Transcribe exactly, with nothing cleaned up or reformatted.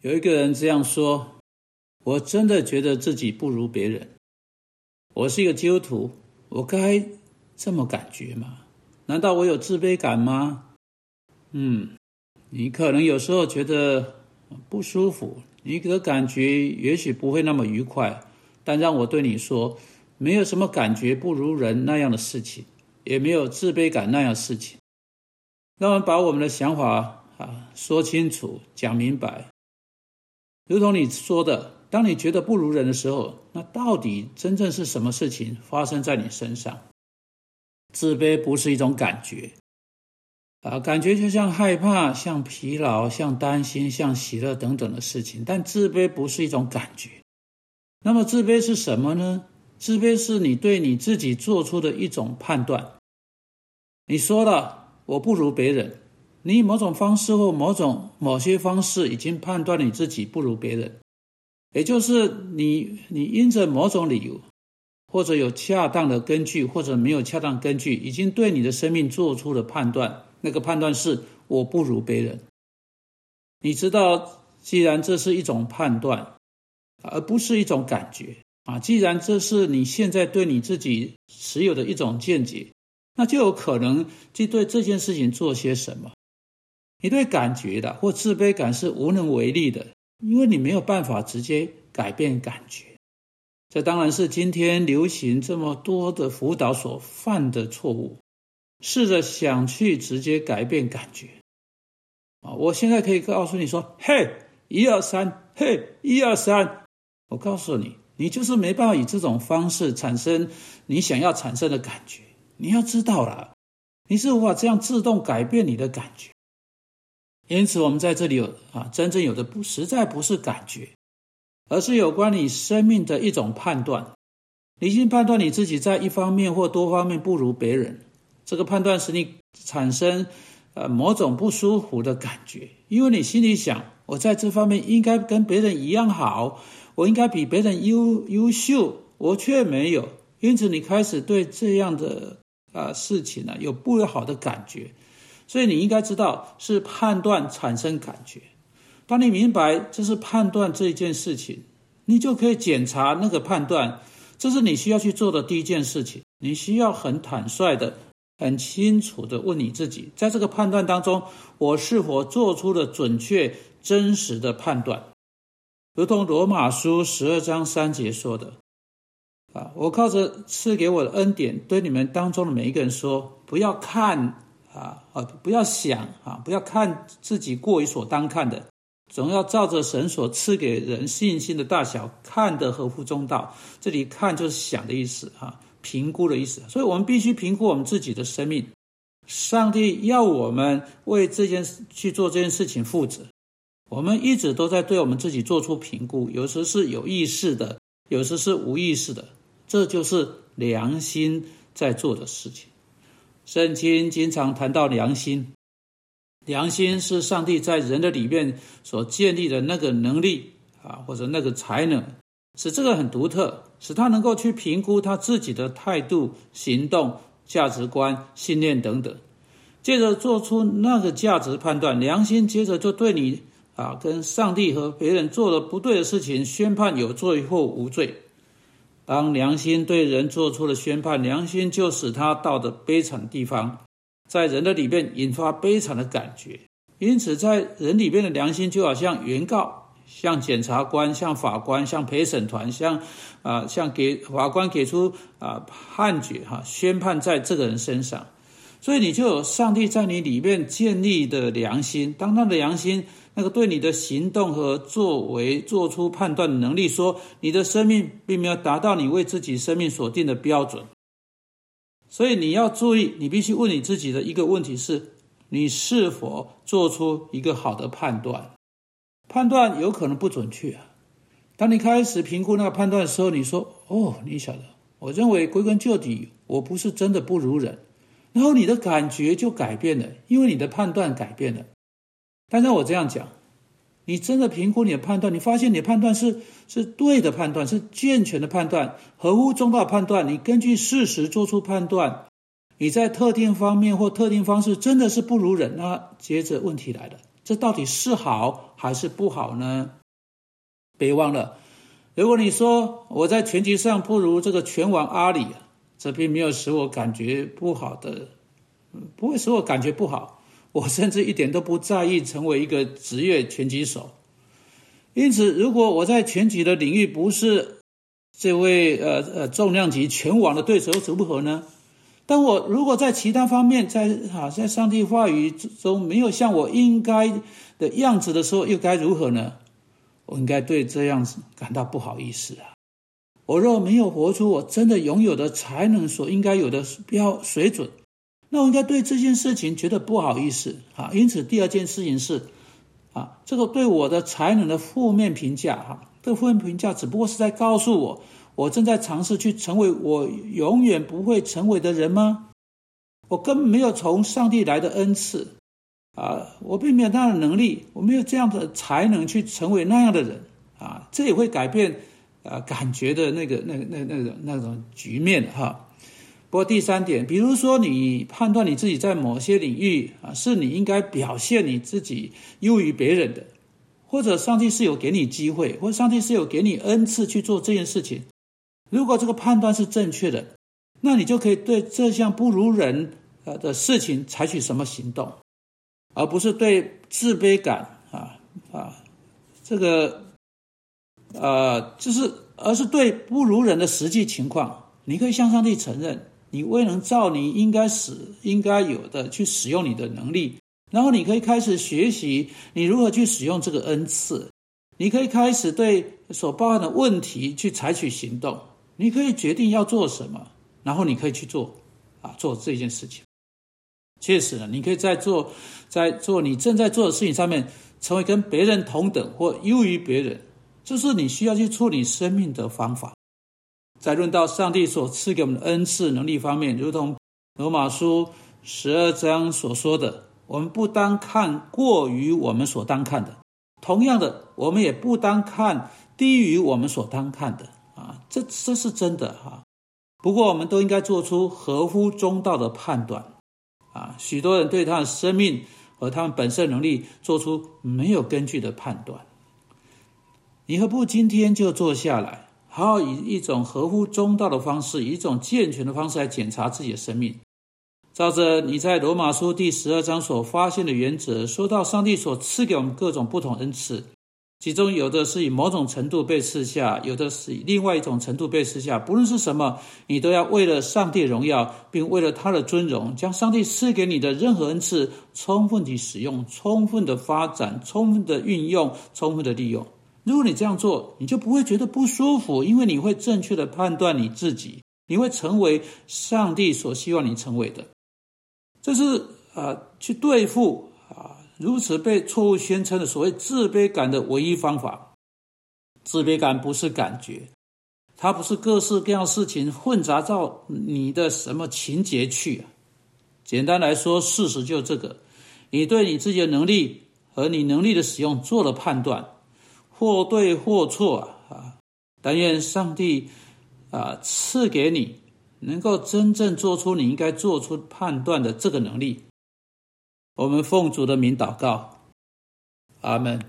有一个人这样说，我真的觉得自己不如别人。我是一个基督徒，我该这么感觉吗？难道我有自卑感吗？嗯，你可能有时候觉得不舒服，你的感觉也许不会那么愉快，但让我对你说，没有什么感觉不如人那样的事情，也没有自卑感那样的事情。让我们把我们的想法啊说清楚，讲明白。如同你说的，当你觉得不如人的时候，那到底真正是什么事情发生在你身上？自卑不是一种感觉啊，感觉就像害怕、像疲劳、像担心、像喜乐等等的事情，但自卑不是一种感觉。那么自卑是什么呢？自卑是你对你自己做出的一种判断。你说了，我不如别人，你以某种方式或某种某些方式已经判断你自己不如别人，也就是你你因着某种理由，或者有恰当的根据，或者没有恰当根据，已经对你的生命做出了判断。那个判断是我不如别人。你知道，既然这是一种判断，而不是一种感觉啊，既然这是你现在对你自己持有的一种见解，那就有可能去对这件事情做些什么。你对感觉的或自卑感是无能为力的，因为你没有办法直接改变感觉。这当然是今天流行这么多的辅导所犯的错误，试着想去直接改变感觉。我现在可以告诉你说，嘿，一二三，嘿，一二三。我告诉你，你就是没办法以这种方式产生你想要产生的感觉。你要知道啦，你是无法这样自动改变你的感觉。因此我们在这里有啊，真正有的不实在不是感觉，而是有关你生命的一种判断。你已经判断你自己在一方面或多方面不如别人，这个判断使你产生呃某种不舒服的感觉，因为你心里想，我在这方面应该跟别人一样好，我应该比别人优优秀，我却没有。因此你开始对这样的呃事情呢、啊、有不好的感觉。所以你应该知道，是判断产生感觉。当你明白这是判断这件事情，你就可以检查那个判断。这是你需要去做的第一件事情。你需要很坦率的、很清楚的问你自己，在这个判断当中，我是否做出了准确、真实的判断？如同罗马书十二章三节说的，啊，我靠着赐给我的恩典，对你们当中的每一个人说，不要看啊啊，不要想啊，不要看自己过于所当看的，总要照着神所赐给人信心的大小，看得合乎中道。这里看就是想的意思啊，评估的意思。所以我们必须评估我们自己的生命。上帝要我们为这件事去做这件事情负责。我们一直都在对我们自己做出评估，有时是有意识的，有时是无意识的。这就是良心在做的事情。圣经经常谈到良心，良心是上帝在人的里面所建立的那个能力啊，或者那个才能，使这个很独特，使他能够去评估他自己的态度、行动、价值观、信念等等，接着做出那个价值判断。良心接着就对你啊，跟上帝和别人做了不对的事情宣判有罪或无罪。当良心对人做出了宣判，良心就使他到的悲惨的地方，在人的里面引发悲惨的感觉。因此在人里面的良心就好像原告，像检察官，像法官，像陪审团，像啊，像给法官给出啊判决哈、啊，宣判在这个人身上。所以你就有上帝在你里面建立的良心。当他的良心那个对你的行动和作为做出判断的能力说，你的生命并没有达到你为自己生命所定的标准。所以你要注意，你必须问你自己的一个问题是，你是否做出一个好的判断？判断有可能不准确啊。当你开始评估那个判断的时候，你说，哦，你晓得，我认为归根究底，我不是真的不如人。然后你的感觉就改变了，因为你的判断改变了。但是我这样讲，你真的评估你的判断，你发现你的判断是是对的判断，是健全的判断，合乎中道的判断，你根据事实做出判断，你在特定方面或特定方式真的是不如人。那接着问题来了， 这到底是好还是不好呢？别忘了，如果你说我在拳击上不如这个拳王阿里，这并没有使我感觉不好的，不会使我感觉不好，我甚至一点都不在意成为一个职业拳击手。因此，如果我在拳击的领域不是这位呃呃重量级拳王的对手，又如何呢？但我如果在其他方面，在啊在上帝话语中没有像我应该的样子的时候，又该如何呢？我应该对这样子感到不好意思啊！我若没有活出我真的拥有的才能所应该有的标水准，那我应该对这件事情觉得不好意思啊！因此，第二件事情是啊，这个对我的才能的负面评价哈，这个负面评价只不过是在告诉我，我正在尝试去成为我永远不会成为的人吗？我根本没有从上帝来的恩赐啊，我并没有那样的能力，我没有这样的才能去成为那样的人啊，这也会改变啊感觉的那个那个那那种那种局面哈。不过第三点，比如说你判断你自己在某些领域啊，是你应该表现你自己优于别人的，或者上帝是有给你机会，或者上帝是有给你恩赐去做这件事情。如果这个判断是正确的，那你就可以对这项不如人的事情采取什么行动，而不是对自卑感啊啊这个呃就是而是对不如人的实际情况，你可以向上帝承认你未能照你应该使应该有的去使用你的能力，然后你可以开始学习你如何去使用这个恩赐，你可以开始对所包含的问题去采取行动，你可以决定要做什么，然后你可以去做啊做这件事情。确实呢，你可以在做在做你正在做的事情上面成为跟别人同等或优于别人，这是你需要去处理生命的方法。在论到上帝所赐给我们的恩赐能力方面，如同罗马书十二章所说的，我们不当看过于我们所当看的，同样的，我们也不当看低于我们所当看的啊，这这是真的哈。不过我们都应该做出合乎中道的判断啊。许多人对他的生命和他们本身能力做出没有根据的判断。你何不今天就坐下来，好好以一种合乎中道的方式，以一种健全的方式来检查自己的生命。照着你在罗马书第十二章所发现的原则，说到上帝所赐给我们各种不同恩赐，其中有的是以某种程度被赐下，有的是以另外一种程度被赐下，不论是什么，你都要为了上帝荣耀，并为了他的尊荣，将上帝赐给你的任何恩赐充分地使用，充分的发展，充分的运用，充分的利用。如果你这样做，你就不会觉得不舒服，因为你会正确的判断你自己，你会成为上帝所希望你成为的。这是呃去对付啊如此被错误宣称的所谓自卑感的唯一方法。自卑感不是感觉，它不是各式各样事情混杂到你的什么情节去啊。简单来说，事实就是这个，你对你自己的能力和你能力的使用做了判断，或对或错啊。但愿上帝啊赐给你能够真正做出你应该做出判断的这个能力。我们奉主的名祷告，阿们。